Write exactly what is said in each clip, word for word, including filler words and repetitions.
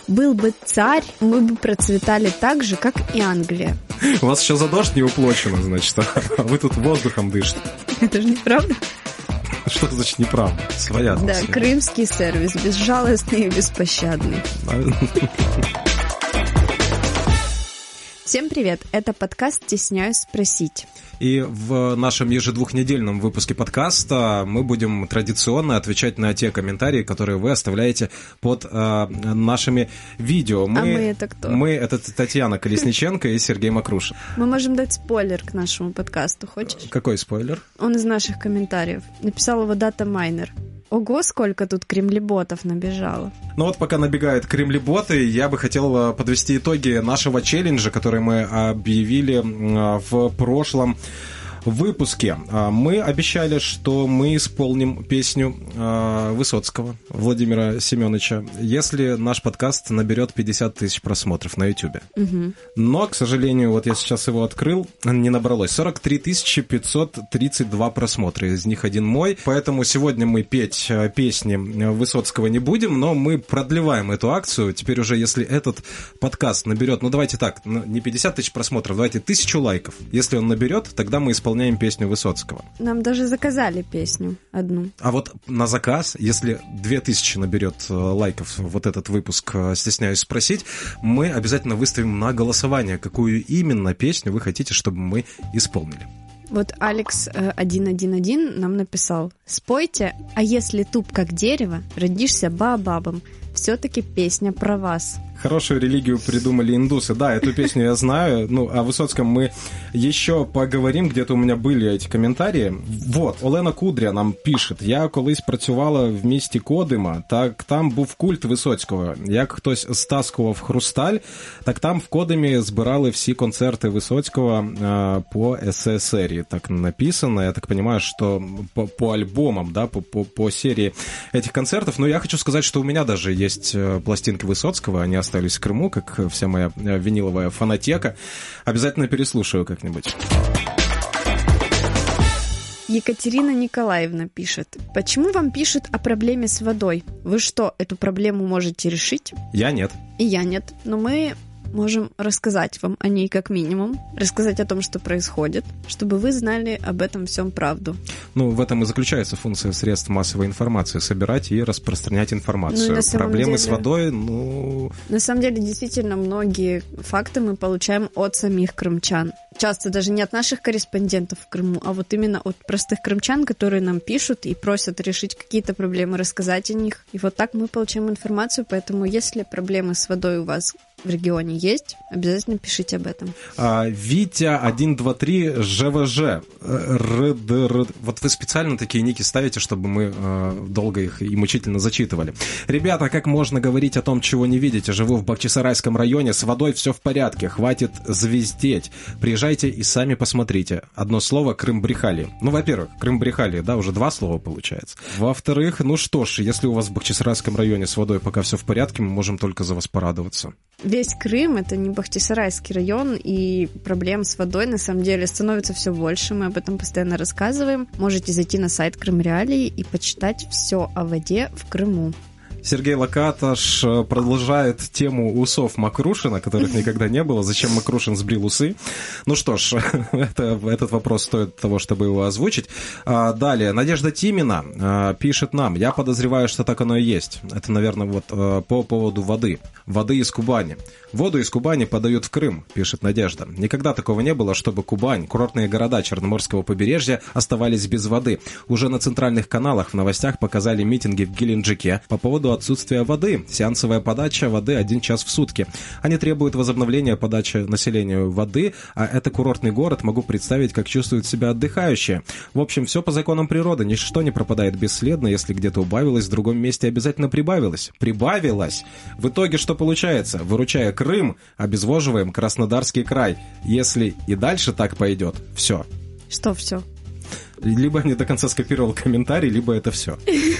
Был бы царь, мы бы процветали так же, как и Англия. У вас еще за дождь не уплочено, значит, а вы тут воздухом дышите. Это же неправда? Что значит неправда? Своя. Да, своя. Крымский сервис, безжалостный и беспощадный. Всем привет, это подкаст «Стесняюсь спросить». И в нашем ежедвухнедельном выпуске подкаста мы будем традиционно отвечать на те комментарии, которые вы оставляете под э, нашими видео. Мы, а мы это кто? Мы это Татьяна Колесниченко и Сергей Макрушин. Мы можем дать спойлер к нашему подкасту, хочешь? Какой спойлер? Он из наших комментариев. Написал его Дата Майнер. Ого, сколько тут кремлеботов набежало. Ну вот пока набегают кремлеботы, я бы хотел подвести итоги нашего челленджа, который мы объявили в прошлом выпуске. Мы обещали, что мы исполним песню Высоцкого Владимира Семеновича, если наш подкаст наберет пятьдесят тысяч просмотров на YouTube. Угу. Но, к сожалению, вот я сейчас его открыл, не набралось. сорок три тысячи пятьсот тридцать два просмотра, из них один мой. Поэтому сегодня мы петь песни Высоцкого не будем, но мы продлеваем эту акцию. Теперь уже, если этот подкаст наберет, ну давайте так, не пятьдесят тысяч просмотров, давайте тысячу лайков. Если он наберет, тогда мы исполняем песню Высоцкого. Нам даже заказали песню одну. А вот на заказ, если две тысячи наберет лайков вот этот выпуск «Стесняюсь спросить», мы обязательно выставим на голосование, какую именно песню вы хотите, чтобы мы исполнили. Вот Алекс один один один нам написал: «Спойте, а если туп как дерево, родишься баобабом, все-таки песня про вас». Хорошую религию придумали индусы. Да, эту песню я знаю. Ну, о Высоцком мы еще поговорим. Где-то у меня были эти коментарі. Вот, Олена Кудря нам пише: «Я колись працювала в місті Кодима, так там був культ Висоцького. Як хтось стаскував хрусталь, так там в Кодимі збирали всі концерти Высоцкого э, по эс эс эр. Так написано. Я так понимаю, что по, по альбомам, да, по, по, по серии этих концертов. Но я хочу сказать, что у меня даже есть пластинки Высоцкого. Они остались в Крыму, как вся моя виниловая фонотека. Обязательно переслушаю как-нибудь. Екатерина Николаевна пишет: «Почему вам пишут о проблеме с водой? Вы что, эту проблему можете решить?» Я нет. И я нет. Но мы можем рассказать вам о ней как минимум, рассказать о том, что происходит, чтобы вы знали об этом всем правду. Ну, в этом и заключается функция средств массовой информации — собирать и распространять информацию. Ну, Проблемы деле, с водой, ну... На самом деле, действительно, многие факты мы получаем от самих крымчан. Часто даже не от наших корреспондентов в Крыму, а вот именно от простых крымчан, которые нам пишут и просят решить какие-то проблемы, рассказать о них. И вот так мы получаем информацию, поэтому если проблемы с водой у вас в регионе есть, обязательно пишите об этом. А, Витя один два три жэ вэ жэ. Р д р. Вот вы специально такие ники ставите, чтобы мы э, долго их и мучительно зачитывали. Ребята, как можно говорить о том, чего не видите? Живу в Бахчисарайском районе, с водой все в порядке, хватит звездеть. Приезжайте и сами посмотрите. Одно слово — Крым-Брехали. Ну, во-первых, Крым-Брехали, да, уже два слова получается. Во-вторых, ну что ж, если у вас в Бахчисарайском районе с водой пока все в порядке, мы можем только за вас порадоваться. Весь Крым — это не Бахчисарайский район, и проблем с водой на самом деле становится все больше. Мы об этом постоянно рассказываем. Можете зайти на сайт Крымреалии и почитать все о воде в Крыму. Сергей Локаташ продолжает тему усов Макрушина, которых никогда не было. Зачем Макрушин сбрил усы? Ну что ж, это, этот вопрос стоит того, чтобы его озвучить. А, далее, Надежда Тимина а, пишет нам: «Я подозреваю, что так оно и есть». Это, наверное, вот а, по поводу воды. Воды из Кубани. «Воду из Кубани подают в Крым», пишет Надежда. «Никогда такого не было, чтобы Кубань, курортные города Черноморского побережья оставались без воды. Уже на центральных каналах в новостях показали митинги в Геленджике по поводу отсутствия воды. Сеансовая подача воды один час в сутки. Они требуют возобновления подачи населению воды, а это курортный город, могу представить, как чувствуют себя отдыхающие. В общем, все по законам природы, ничто не пропадает бесследно, если где-то убавилось, в другом месте обязательно прибавилось. Прибавилось! В итоге что получается? Выручая Крым, обезвоживаем Краснодарский край. Если и дальше так пойдет, все». Что все? Либо не до конца скопировал комментарий, либо это все.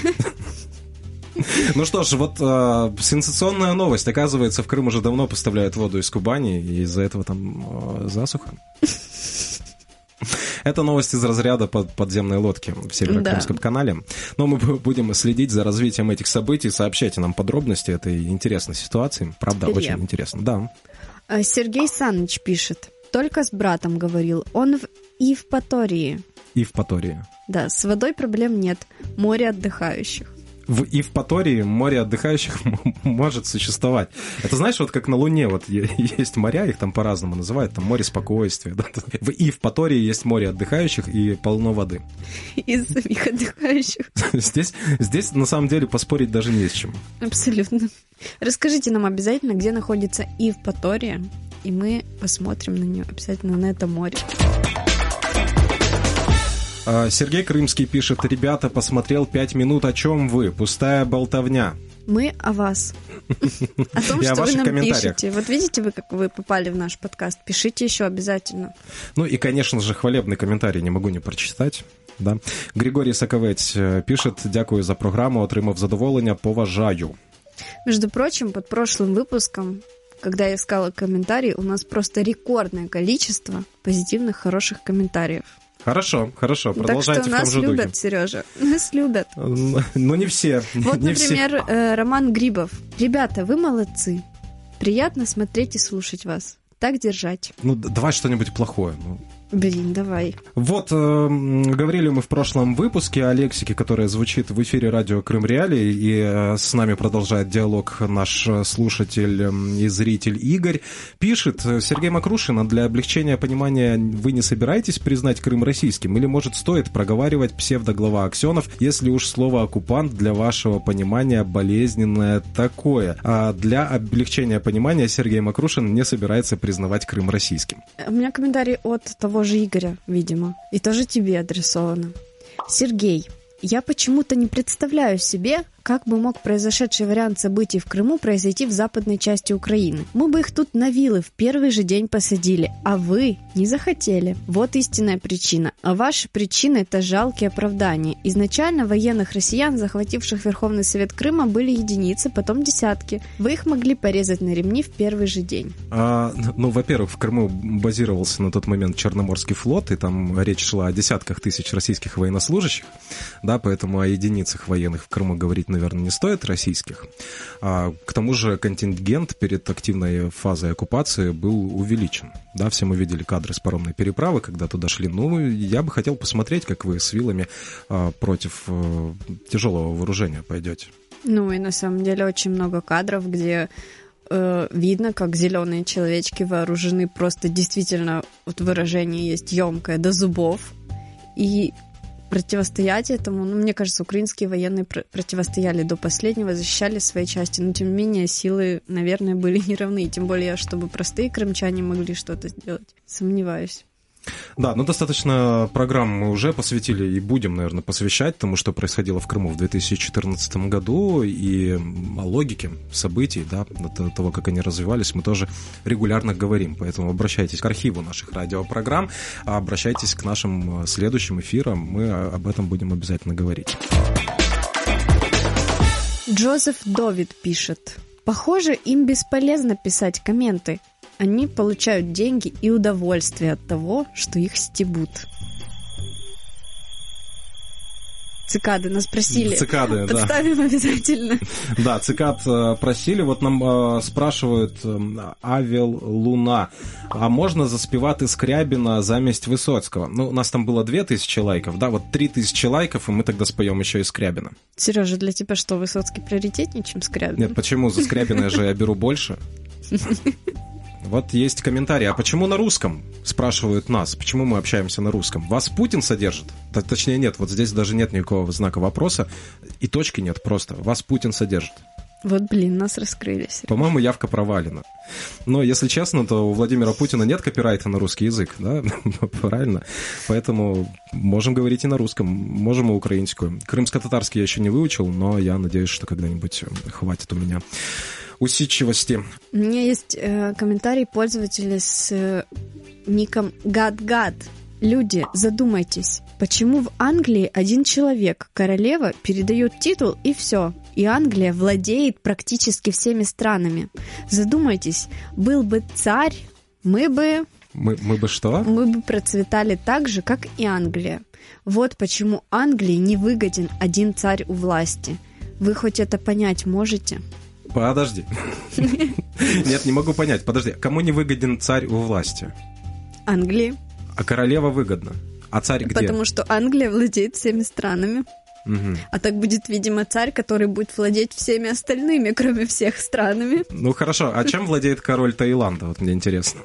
Ну что ж, вот э, сенсационная новость. Оказывается, в Крым уже давно поставляют воду из Кубани, и из-за этого там э, засуха. Это новость из разряда под подземной лодки в Северо-Крымском да. канале. Но мы будем следить за развитием этих событий, сообщайте нам подробности этой интересной ситуации. Правда, Теперь очень я. интересно. Да. Сергей Саныч пишет. Только с братом говорил. Он в Евпатории. Евпатории. Да, с водой проблем нет. Море отдыхающих. В Евпатории море отдыхающих может существовать. Это знаешь, вот как на Луне вот есть моря, их там по-разному называют, там море спокойствия. Да? В Евпатории есть море отдыхающих и полно воды. Из самих отдыхающих. Здесь, здесь на самом деле поспорить даже не с чем. Абсолютно. Расскажите нам обязательно, где находится Евпатория, и мы посмотрим на нее обязательно, на это море. Сергей Крымский пишет: ребята, посмотрел пять минут, о чем вы? Пустая болтовня. Мы о вас. О том, что вы нам пишете. Вот видите вы, как вы попали в наш подкаст. Пишите еще обязательно. Ну и, конечно же, хвалебный комментарий не могу не прочитать. Да. Григорій Саковець пишет: дякую за программу, отримав задоволення, поважаю. Между прочим, под прошлым выпуском, когда я искала комментарии, у нас просто рекордное количество позитивных, хороших комментариев. Хорошо, хорошо, продолжайте в том же духе. Так что нас любят, Сережа, нас любят. Но не все. Вот, не например, все. Роман Грибов. Ребята, вы молодцы. Приятно смотреть и слушать вас. Так держать. Ну, давай что-нибудь плохое. Ну. Блин, давай. Вот, э, говорили мы в прошлом выпуске о лексике, которая звучит в эфире радио Крым Реалии, и э, с нами продолжает диалог наш слушатель э, и зритель Игорь. Пишет: Сергей Макрушин, а для облегчения понимания вы не собираетесь признать Крым российским? Или, может, стоит проговаривать псевдоглава Аксенов, если уж слово «оккупант» для вашего понимания болезненное такое? А для облегчения понимания Сергей Макрушин не собирается признавать Крым российским. У меня комментарий от того же Игоря, видимо, и тоже тебе адресовано. Сергей, я почему-то не представляю себе, как бы мог произошедший вариант событий в Крыму произойти в западной части Украины. Мы бы их тут на вилы в первый же день посадили, а вы не захотели. Вот истинная причина. А ваши причины – это жалкие оправдания. Изначально военных россиян, захвативших Верховный Совет Крыма, были единицы, потом десятки. Вы их могли порезать на ремни в первый же день. А, ну, во-первых, в Крыму базировался на тот момент Черноморский флот, и там речь шла о десятках тысяч российских военнослужащих, да, поэтому о единицах военных в Крыму говорить, наверное, не стоит российских. А, к тому же контингент перед активной фазой оккупации был увеличен. Да, все мы видели кадры с паромной переправы, когда туда шли. Ну, я бы хотел посмотреть, как вы с вилами а, против а, тяжелого вооружения пойдете. Ну, и на самом деле очень много кадров, где э, видно, как зеленые человечки вооружены просто действительно, вот выражение есть емкое, до зубов. И противостоять этому, ну, мне кажется, украинские военные пр- противостояли до последнего, защищали свои части, но, тем не менее, силы, наверное, были не равны, тем более, чтобы простые крымчане могли что-то сделать. Сомневаюсь. Да, ну достаточно программ мы уже посвятили и будем, наверное, посвящать тому, что происходило в Крыму в две тысячи четырнадцатом году, и о логике событий, да, того, как они развивались, мы тоже регулярно говорим. Поэтому обращайтесь к архиву наших радиопрограмм, обращайтесь к нашим следующим эфирам, мы об этом будем обязательно говорить. Джозеф Довид пишет: похоже, им бесполезно писать комменты. Они получают деньги и удовольствие от того, что их стебут. Цикады нас просили. Цикады, Подставим да. обязательно. Да, цикад просили. Вот нам спрашивают: Авел Луна, а можно заспівати Скрябина замість Высоцкого? Ну, у нас там было две тысячи лайков, да, вот три тысячи лайков, и мы тогда споем еще и Скрябина. Сережа, для тебя что, Высоцкий приоритетнее, чем Скрябин? Нет, почему? За Скрябина же я беру больше. Вот есть комментарий. А почему на русском? Спрашивают нас. Почему мы общаемся на русском? Вас Путин содержит? Точнее, нет. Вот здесь даже нет никакого знака вопроса. И точки нет просто. Вас Путин содержит. Вот, блин, нас раскрылись. По-моему, явка провалена. Но, если честно, то у Владимира Путина нет копирайта на русский язык, да? Правильно? Поэтому можем говорить и на русском, можем и украинскую. Крымско-татарский я еще не выучил, но я надеюсь, что когда-нибудь хватит у меня усидчивости. У меня есть э, комментарий пользователя с э, ником Гад-Гад. Люди, задумайтесь, почему в Англии один человек, королева, передает титул и все, и Англия владеет практически всеми странами. Задумайтесь, был бы царь, мы бы... Мы, мы бы что? Мы бы процветали так же, как и Англия. Вот почему Англии не выгоден один царь у власти. Вы хоть это понять можете? Подожди. Нет, не могу понять. Подожди, кому не выгоден царь у власти? Англии. А королева выгодна. А царь где? Потому что Англия владеет всеми странами. Угу. А так будет, видимо, царь, который будет владеть всеми остальными, кроме всех странами. Ну хорошо, а чем владеет король Таиланда? Вот мне интересно.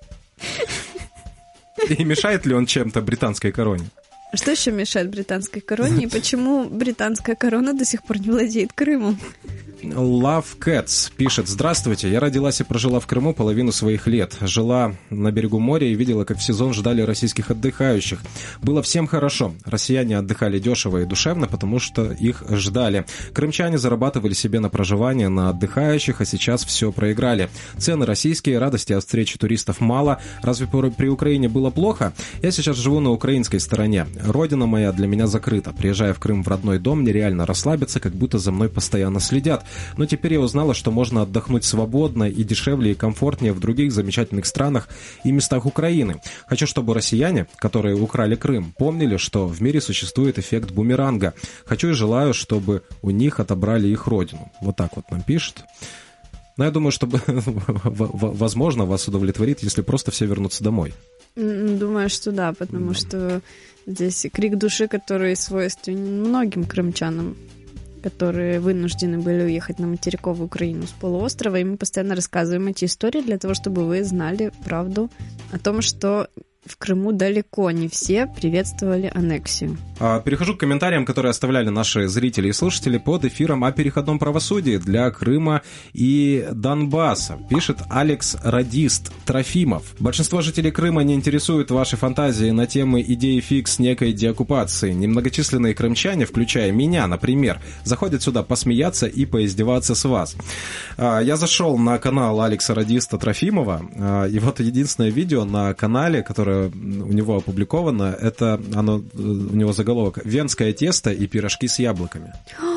И мешает ли он чем-то британской короне? Что еще мешает британской короне? И почему британская корона до сих пор не владеет Крымом? Love Cats пишет: здравствуйте, я родилась и прожила в Крыму половину своих лет. Жила на берегу моря и видела, как в сезон ждали российских отдыхающих. Было всем хорошо. Россияне отдыхали дешево и душевно, потому что их ждали. Крымчане зарабатывали себе на проживание, на отдыхающих, а сейчас все проиграли. Цены российские, радости от встречи туристов мало. Разве при Украине было плохо? Я сейчас живу на украинской стороне. Родина моя для меня закрыта. Приезжая в Крым в родной дом, нереально расслабиться, как будто за мной постоянно следят. Но теперь я узнала, что можно отдохнуть свободно и дешевле и комфортнее в других замечательных странах и местах Украины. Хочу, чтобы россияне, которые украли Крым, помнили, что в мире существует эффект бумеранга. Хочу и желаю, чтобы у них отобрали их родину. Вот так вот нам пишет. Но я думаю, что, возможно, вас удовлетворит, если просто все вернутся домой. Думаю, что да, потому mm. что здесь крик души, который свойственен многим крымчанам, которые вынуждены были уехать на материковую Украину с полуострова, и мы постоянно рассказываем эти истории для того, чтобы вы знали правду о том, что в Крыму далеко не все приветствовали аннексию. Перехожу к комментариям, которые оставляли наши зрители и слушатели под эфиром о переходном правосудии для Крыма и Донбасса. Пишет Алекс Радист Трофимов. Большинство жителей Крыма не интересуют ваши фантазии на темы идеи фикс некой деоккупации. Немногочисленные крымчане, включая меня, например, заходят сюда посмеяться и поиздеваться с вас. Я зашел на канал Алекса Радиста Трофимова, и вот единственное видео на канале, которое у него опубликовано, это оно, у него заголовок «Венское тесто и пирожки с яблоками».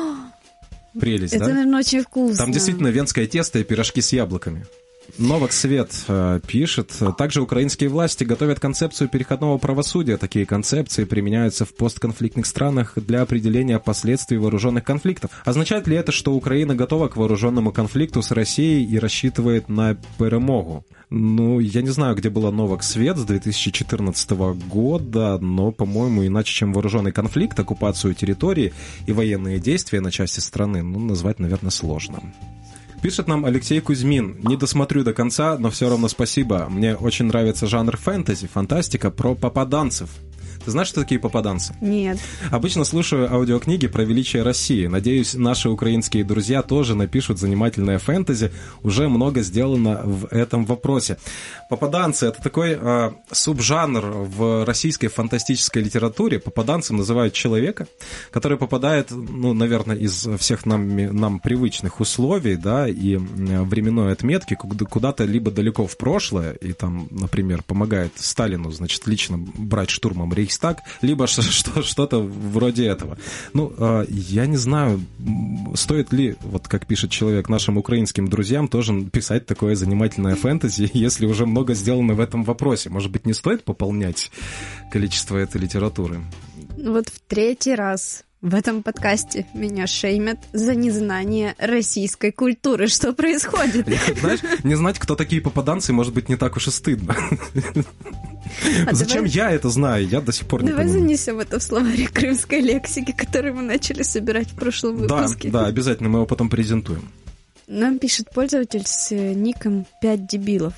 Прелесть, это, да? Это, наверное, очень вкусно. Там действительно венское тесто и пирожки с яблоками. Новак Свет э, пишет: также украинские власти готовят концепцию переходного правосудия. Такие концепции применяются в постконфликтных странах для определения последствий вооруженных конфликтов. Означает ли это, что Украина готова к вооруженному конфликту с Россией и рассчитывает на перемогу? Ну, я не знаю, где была Новак Свет с две тысячи четырнадцатого года, но, по-моему, иначе, чем вооруженный конфликт, оккупацию территории и военные действия на части страны, ну, назвать, наверное, сложно. Пишет нам Алексей Кузьмин: не досмотрю до конца, но все равно спасибо. Мне очень нравится жанр фэнтези, фантастика про попаданцев. Ты знаешь, что такие попаданцы? Нет. Обычно слушаю аудиокниги про величие России. Надеюсь, наши украинские друзья тоже напишут занимательное фэнтези. Уже много сделано в этом вопросе. Попаданцы — это такой э, субжанр в российской фантастической литературе. Попаданцем называют человека, который попадает, ну, наверное, из всех нам, нам привычных условий, да, и временной отметки куда-то либо далеко в прошлое, и там, например, помогает Сталину, значит, лично брать штурмом Рейхстаг, либо что-то вроде этого. Ну, я не знаю, стоит ли, вот как пишет человек, нашим украинским друзьям тоже писать такое занимательное фэнтези, если уже много сделано в этом вопросе. Может быть, не стоит пополнять количество этой литературы? Вот в третий раз в этом подкасте меня шеймят за незнание российской культуры. Что происходит? Знаешь, не знать, кто такие попаданцы, может быть, не так уж и стыдно. А зачем давай... я это знаю? Я до сих пор не давай понимаю. Давай занесем это в словаре крымской лексики, который мы начали собирать в прошлом выпуске. Да, да, обязательно, мы его потом презентуем. Нам пишет пользователь с ником пять дебилов.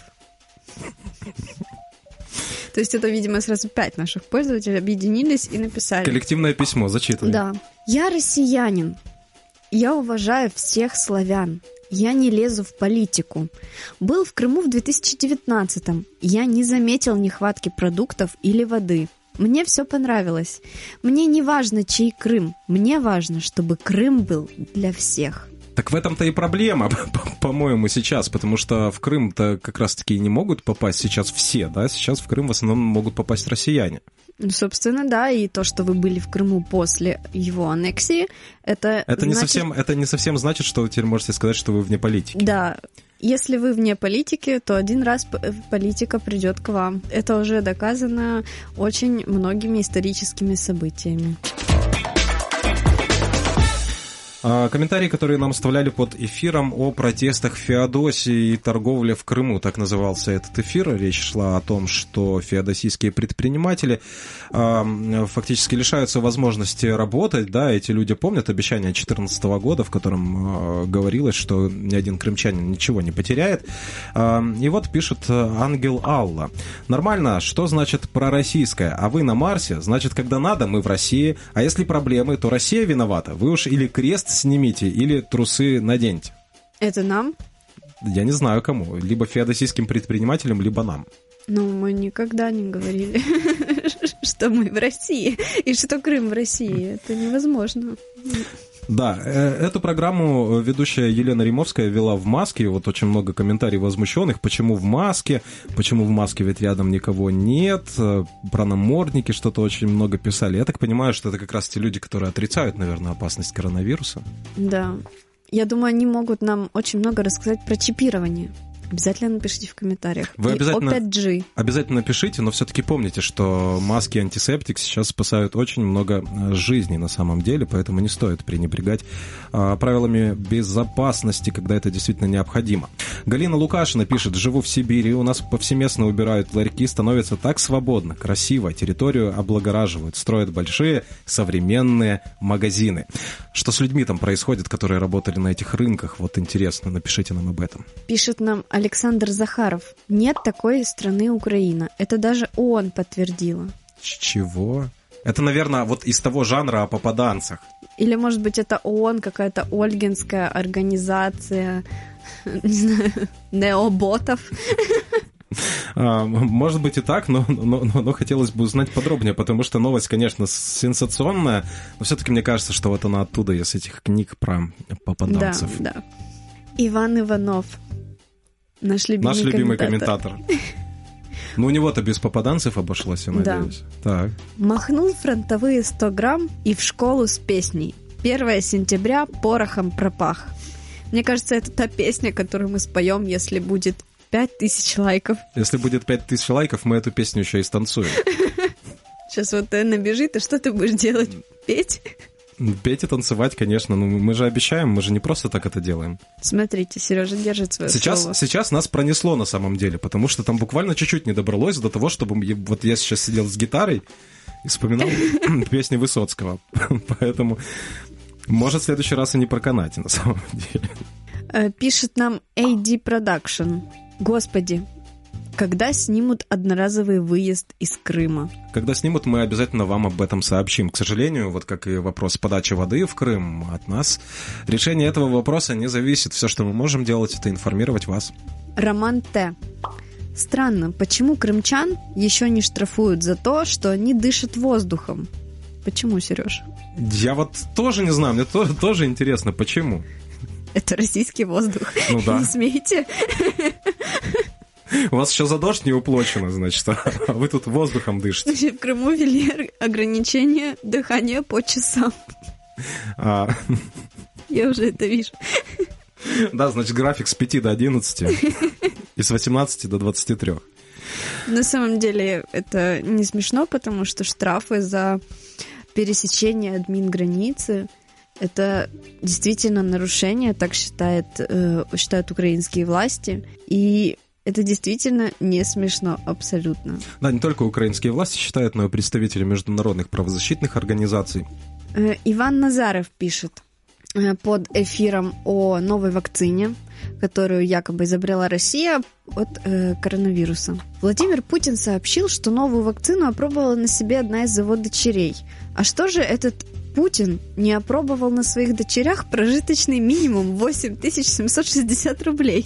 То есть это, видимо, сразу пять наших пользователей объединились и написали. Коллективное письмо, зачитывай. Да. Я россиянин. Я уважаю всех славян. Я не лезу в политику. Был в Крыму в две тысячи девятнадцатом. Я не заметил нехватки продуктов или воды. Мне все понравилось. Мне не важно, чей Крым. Мне важно, чтобы Крым был для всех. Так в этом-то и проблема, по-моему, сейчас, потому что в Крым-то как раз-таки не могут попасть сейчас все, да, сейчас в Крым в основном могут попасть россияне. Ну, собственно, да, и то, что вы были в Крыму после его аннексии, это Это, значит... не совсем, это не совсем значит, что вы теперь можете сказать, что вы вне политики. Да, Если вы вне политики, то один раз политика придет к вам. Это уже доказано очень многими историческими событиями. Комментарии, которые нам оставляли под эфиром о протестах в Феодосии и торговле в Крыму. Так назывался этот эфир. Речь шла о том, что феодосийские предприниматели э, фактически лишаются возможности работать. Да, эти люди помнят обещание две тысячи четырнадцатого года, в котором э, говорилось, что ни один крымчанин ничего не потеряет. Э, и вот пишет Ангел Алла. Нормально, что значит пророссийское? А вы на Марсе? Значит, когда надо, мы в России. А если проблемы, то Россия виновата. Вы уж или крест снимите, или трусы наденьте. Это нам? Я не знаю кому. Либо феодосийским предпринимателям, либо нам. Ну, мы никогда не говорили, что мы в России, и что Крым в России. Это невозможно. Да, эту программу ведущая Елена Римовская вела в маске. Вот очень много комментариев возмущенных. Почему в маске? Почему в маске, ведь рядом никого нет? Про намордники что-то очень много писали. Я так понимаю, что это как раз те люди, которые отрицают, наверное, опасность коронавируса. Да. Я думаю, они могут нам очень много рассказать про чипирование. Обязательно напишите в комментариях. Вы обязательно, и о пять джи. Обязательно напишите, но все-таки помните, что маски и антисептик сейчас спасают очень много жизней на самом деле, поэтому не стоит пренебрегать а, правилами безопасности, когда это действительно необходимо. Галина Лукашина пишет: живу в Сибири, у нас повсеместно убирают ларьки, становится так свободно, красиво, территорию облагораживают, строят большие современные магазины. Что с людьми там происходит, которые работали на этих рынках? Вот интересно, напишите нам об этом. Пишет нам Александр Захаров. Нет такой страны Украина. Это даже ООН подтвердила. Чего? Это, наверное, вот из того жанра о попаданцах. Или, может быть, это ООН, какая-то ольгинская организация, не знаю, необотов. Может быть и так, но, но, но, но хотелось бы узнать подробнее, потому что новость, конечно, сенсационная, но все-таки мне кажется, что вот она оттуда, из этих книг про попаданцев. Да, да. Иван Иванов. Наш любимый, Наш любимый комментатор. комментатор. Ну, у него-то без попаданцев обошлось, я надеюсь. Да. Так. Махнул фронтовые сто грамм и в школу с песней. первое сентября порохом пропах. Мне кажется, это та песня, которую мы споем, если будет пять тысяч лайков. Если будет пять тысяч лайков, мы эту песню еще и станцуем. Сейчас вот Энна бежит, и что ты будешь делать? Петь? Петь и танцевать, конечно. Ну, мы же обещаем, мы же не просто так это делаем. Смотрите, Сережа держит свое сейчас, слово. Сейчас нас пронесло на самом деле, потому что там буквально чуть-чуть не добралось до того, чтобы... Вот я сейчас сидел с гитарой и вспоминал песни Высоцкого. Поэтому, может, в следующий раз и не про канате, на самом деле. Пишет нам эй ди Production. Господи, когда снимут одноразовый выезд из Крыма? Когда снимут, мы обязательно вам об этом сообщим. К сожалению, вот как и вопрос подачи воды в Крым, от нас решение этого вопроса не зависит. Все, что мы можем делать, это информировать вас. Роман Т. Странно, почему крымчан еще не штрафуют за то, что они дышат воздухом? Почему, Сереж? Я вот тоже не знаю, мне тоже, тоже интересно, почему. Это российский воздух. Ну да. Не смейте. У вас еще за дождь не уплочено, значит, а вы тут воздухом дышите. В Крыму ввели ограничение дыхания по часам. А... Я уже это вижу. Да, значит, график с пяти до одиннадцати и с восемнадцати до двадцати трёх. На самом деле это не смешно, потому что штрафы за пересечение админ-границы — это действительно нарушение, так считает, э, считают украинские власти. И это действительно не смешно, абсолютно. Да, не только украинские власти считают, но и представители международных правозащитных организаций. Э, Иван Назаров пишет э, под эфиром о новой вакцине, которую якобы изобрела Россия от э, коронавируса. Владимир Путин сообщил, что новую вакцину опробовала на себе одна из его дочерей. А что же этот Путин не опробовал на своих дочерях прожиточный минимум восемь тысяч семьсот шестьдесят рублей?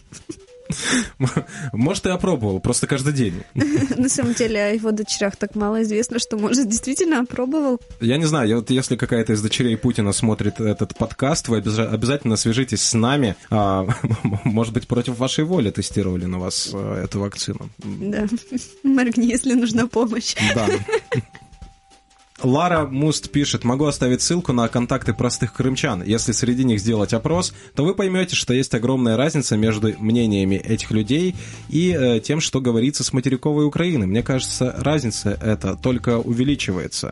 Может, и опробовал, просто каждый день. На самом деле, о его дочерях так мало известно, что, может, действительно опробовал. Я не знаю, я, вот, если какая-то из дочерей Путина смотрит этот подкаст, вы обязательно свяжитесь с нами. А, может быть, против вашей воли тестировали на вас эту вакцину. Да, моргни, если нужна помощь. Да. Лара Муст пишет: могу оставить ссылку на контакты простых крымчан. Если среди них сделать опрос, то вы поймете, что есть огромная разница между мнениями этих людей и э, тем, что говорится с материковой Украины. Мне кажется, разница эта только увеличивается.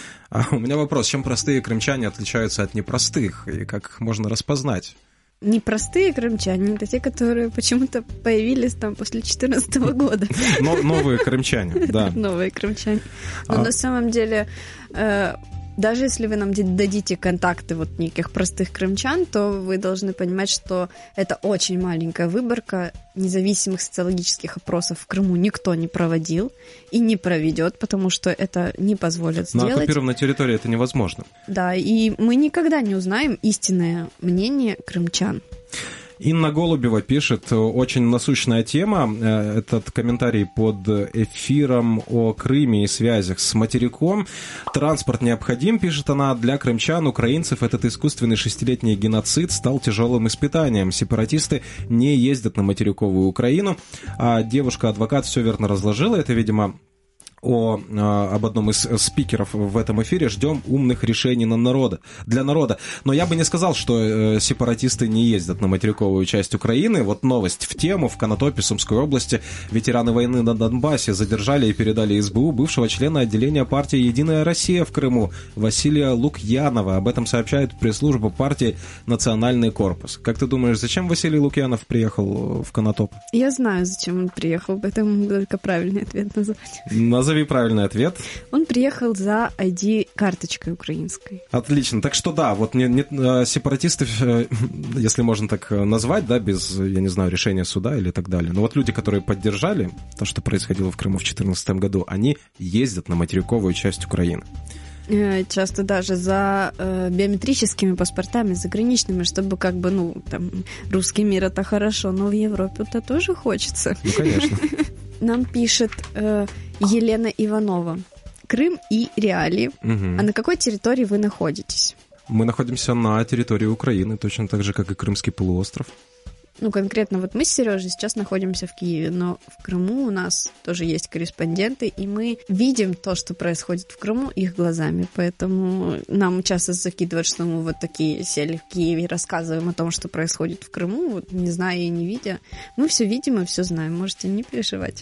А у меня вопрос: чем простые крымчане отличаются от непростых, и как их можно распознать? Непростые крымчане — это те, которые почему-то появились там после две тысячи четырнадцатого года. Но, новые крымчане, да. Новые крымчане. Но а... на самом деле, э, даже если вы нам дадите контакты вот неких простых крымчан, то вы должны понимать, что это очень маленькая выборка. Независимых социологических опросов в Крыму никто не проводил и не проведет, потому что это не позволят сделать. На оккупированной территории это невозможно. Да, и мы никогда не узнаем истинное мнение крымчан. Инна Голубева пишет: очень насущная тема. Этот комментарий под эфиром о Крыме и связях с материком. Транспорт необходим, пишет она, для крымчан, украинцев. Этот искусственный шестилетний геноцид стал тяжелым испытанием. Сепаратисты не ездят на материковую Украину. А девушка-адвокат все верно разложила. Это, видимо, О, об одном из спикеров в этом эфире. Ждем умных решений на народа, для народа. Но я бы не сказал, что сепаратисты не ездят на материковую часть Украины. Вот новость в тему. В Конотопе Сумской области ветераны войны на Донбассе задержали и передали СБУ бывшего члена отделения партии «Единая Россия» в Крыму Василия Лукьянова. Об этом сообщает пресс-служба партии «Национальный корпус». Как ты думаешь, зачем Василий Лукьянов приехал в Конотоп? Я знаю, зачем он приехал. Поэтому только правильный ответ назвать. Назови правильный ответ. Он приехал за ай ди-карточкой украинской. Отлично. Так что да, вот не, не, сепаратисты, если можно так назвать, да, без, я не знаю, решения суда или так далее. Но вот люди, которые поддержали то, что происходило в Крыму в две тысячи четырнадцатом году, они ездят на материковую часть Украины. Часто даже за э, биометрическими паспортами, заграничными, чтобы как бы, ну, там, русский мир — это хорошо, но в Европу-то тоже хочется. Ну, конечно. Нам пишет э, Елена Иванова: Крым и реалии. Угу. А на какой территории вы находитесь? Мы находимся на территории Украины, точно так же, как и Крымский полуостров. Ну, конкретно вот мы с Сережей сейчас находимся в Киеве, но в Крыму у нас тоже есть корреспонденты, и мы видим то, что происходит в Крыму, их глазами. Поэтому нам часто закидывают, что мы вот такие сели в Киеве и рассказываем о том, что происходит в Крыму, вот, не зная и не видя. Мы все видим и все знаем, можете не переживать.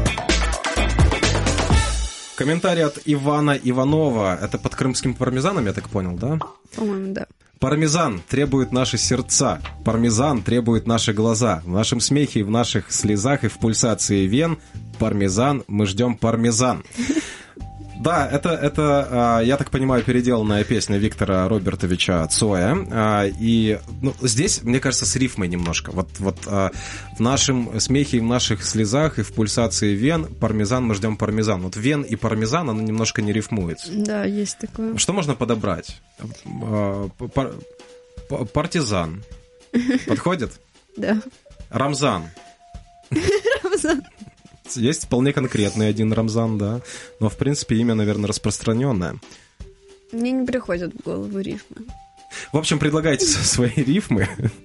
Комментарий от Ивана Иванова. Это под крымским пармезаном, я так понял, да? По-моему, да. Пармезан требует наши сердца, пармезан требует наши глаза. В нашем смехе, в наших слезах и в пульсации вен пармезан, мы ждем пармезан. Да, это, это, я так понимаю, переделанная песня Виктора Робертовича Цоя. И ну, здесь, мне кажется, с рифмой немножко. Вот, вот в нашем смехе и в наших слезах и в пульсации вен пармезан, мы ждем пармезан. Вот вен и пармезан, оно немножко не рифмуется. Да, есть такое. Что можно подобрать? Пар... Партизан. Подходит? Да. Рамзан. Рамзан. Есть вполне конкретный один Рамзан, да. Но, в принципе, имя, наверное, распространенное. Мне не приходят в голову рифмы. В общем, предлагайте свои рифмы.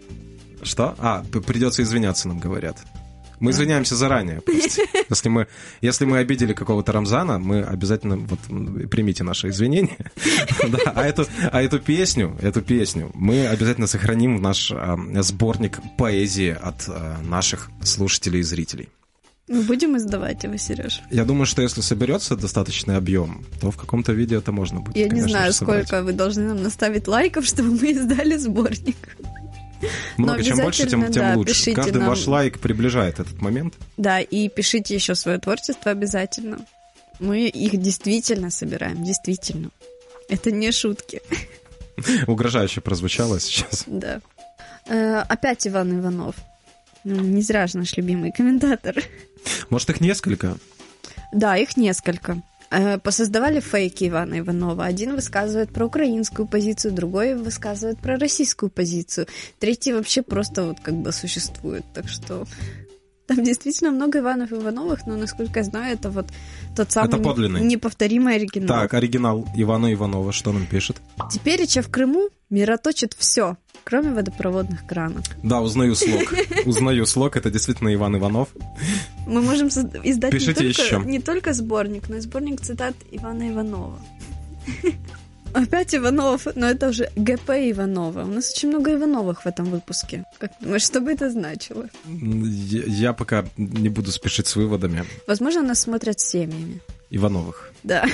Что? А, придется извиняться, нам говорят. Мы извиняемся заранее. Если мы, если мы обидели какого-то Рамзана, мы обязательно вот, примите наше извинение. Да, а, эту, а эту песню, эту песню мы обязательно сохраним в наш а, сборник поэзии от а, наших слушателей и зрителей. Мы будем издавать его, Сереж? Я думаю, что если соберется достаточный объем, то в каком-то виде это можно будет. Я не знаю, сколько вы должны нам наставить лайков, чтобы мы издали сборник. Много, чем больше, тем, тем да, лучше. Каждый нам... ваш лайк приближает этот момент. Да, и пишите еще свое творчество обязательно. Мы их действительно собираем, действительно. Это не шутки. Угрожающе прозвучало сейчас. Да. Э, опять Иван Иванов. Не зря же наш любимый комментатор. Может, их несколько? Да, их несколько. Посоздавали фейки Ивана Иванова. Один высказывает про украинскую позицию, другой высказывает про российскую позицию. Третий вообще просто вот как бы существует. Так что там действительно много Иванов Ивановых, но, насколько я знаю, это вот тот самый не, неповторимый оригинал. Так, оригинал Ивана Иванова, что нам пишет? Тепереча в Крыму мироточит все, кроме водопроводных кранов. Да, узнаю слог. Узнаю слог, это действительно Иван Иванов. Мы можем издать не только, еще. не только сборник, но и сборник цитат Ивана Иванова. Опять Иванов, но это уже ГП Иванова. У нас очень много Ивановых в этом выпуске. Как думаешь, что бы это значило? Я, я пока не буду спешить с выводами. Возможно, нас смотрят семьями. Ивановых. Да.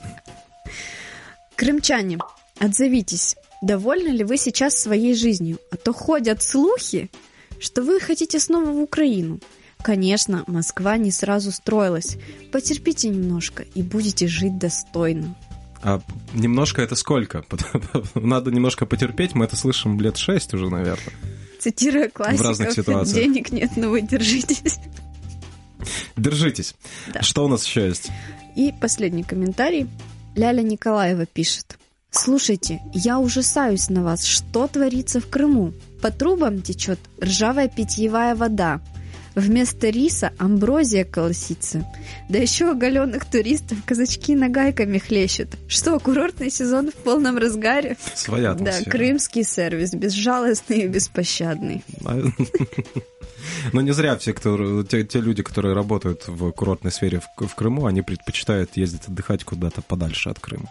Крымчане, отзовитесь. Довольны ли вы сейчас своей жизнью? А то ходят слухи, что вы хотите снова в Украину. Конечно, Москва не сразу строилась. Потерпите немножко и будете жить достойно. А немножко это сколько? Надо немножко потерпеть, мы это слышим лет шесть уже, наверное. Цитируя классиков, в разных ситуациях. Денег нет, но вы держитесь. Держитесь. Да. Что у нас еще есть? И последний комментарий. Ляля Николаева пишет. Слушайте, я ужасаюсь на вас, что творится в Крыму. По трубам течет ржавая питьевая вода. Вместо риса амброзия колосится. Да еще оголенных туристов казачки нагайками хлещут. Что, курортный сезон в полном разгаре? Своя атмосфера. Да, крымский сервис, безжалостный и беспощадный. Но не зря все, кто, те, те люди, которые работают в курортной сфере в, в Крыму, они предпочитают ездить отдыхать куда-то подальше от Крыма.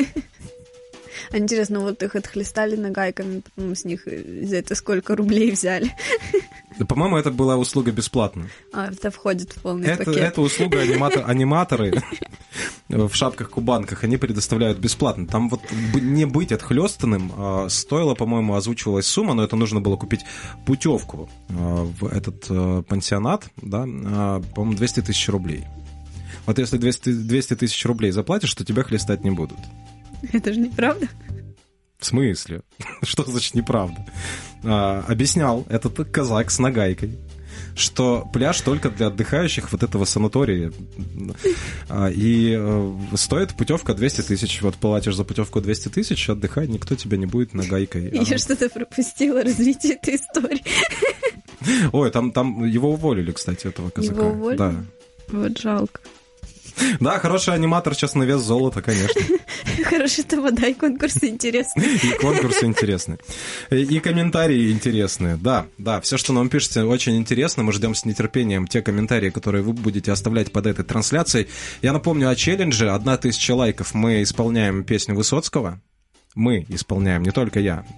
А интересно, вот их отхлестали нагайками, потом с них за это сколько рублей взяли? Да, по-моему, это была услуга бесплатная. А, это входит в полный это, пакет. Это услуга аниматор, аниматоры в шапках-кубанках, они предоставляют бесплатно. Там вот не быть отхлёстанным стоило, по-моему, озвучивалась сумма, но это нужно было купить путевку в этот пансионат, да, по-моему, двести тысяч рублей. Вот если двести тысяч рублей заплатишь, то тебя хлестать не будут. Это же неправда. В смысле? Что значит неправда? А, объяснял этот казак с нагайкой, что пляж только для отдыхающих вот этого санатория. А, и а, стоит путевка двести тысяч. Вот платишь за путевку двести тысяч, отдыхай, никто тебя не будет нагайкой. Я а... что-то пропустила развитие этой истории. Ой, там, там его уволили, кстати, этого казака. Его уволили? Да. Вот жалко. Да, хороший аниматор сейчас на вес золота, конечно. Хорошая тамада, и конкурсы интересные. И конкурсы интересные. И комментарии интересные. Да, да, все, что нам пишете, очень интересно. Мы ждем с нетерпением те комментарии, которые вы будете оставлять под этой трансляцией. Я напомню о челлендже. Одна тысяча лайков. Мы исполняем песню Высоцкого. Мы исполняем, не только я.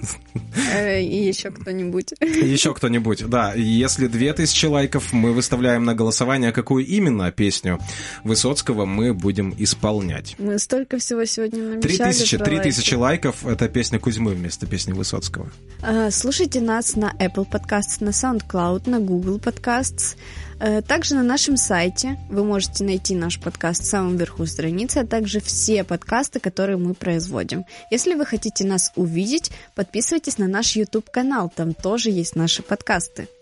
И еще кто-нибудь. Еще кто-нибудь, да. Если две тысячи лайков, мы выставляем на голосование, какую именно песню Высоцкого мы будем исполнять. Мы столько всего сегодня намечали. Три тысячи, три тысячи лайков — это песня Кузьмы вместо песни Высоцкого. Слушайте нас на Apple Podcasts, на SoundCloud, на Google Podcasts. Также на нашем сайте вы можете найти наш подкаст в самом верху страницы, а также все подкасты, которые мы производим. Если вы хотите нас увидеть, подписывайтесь на наш YouTube-канал, там тоже есть наши подкасты.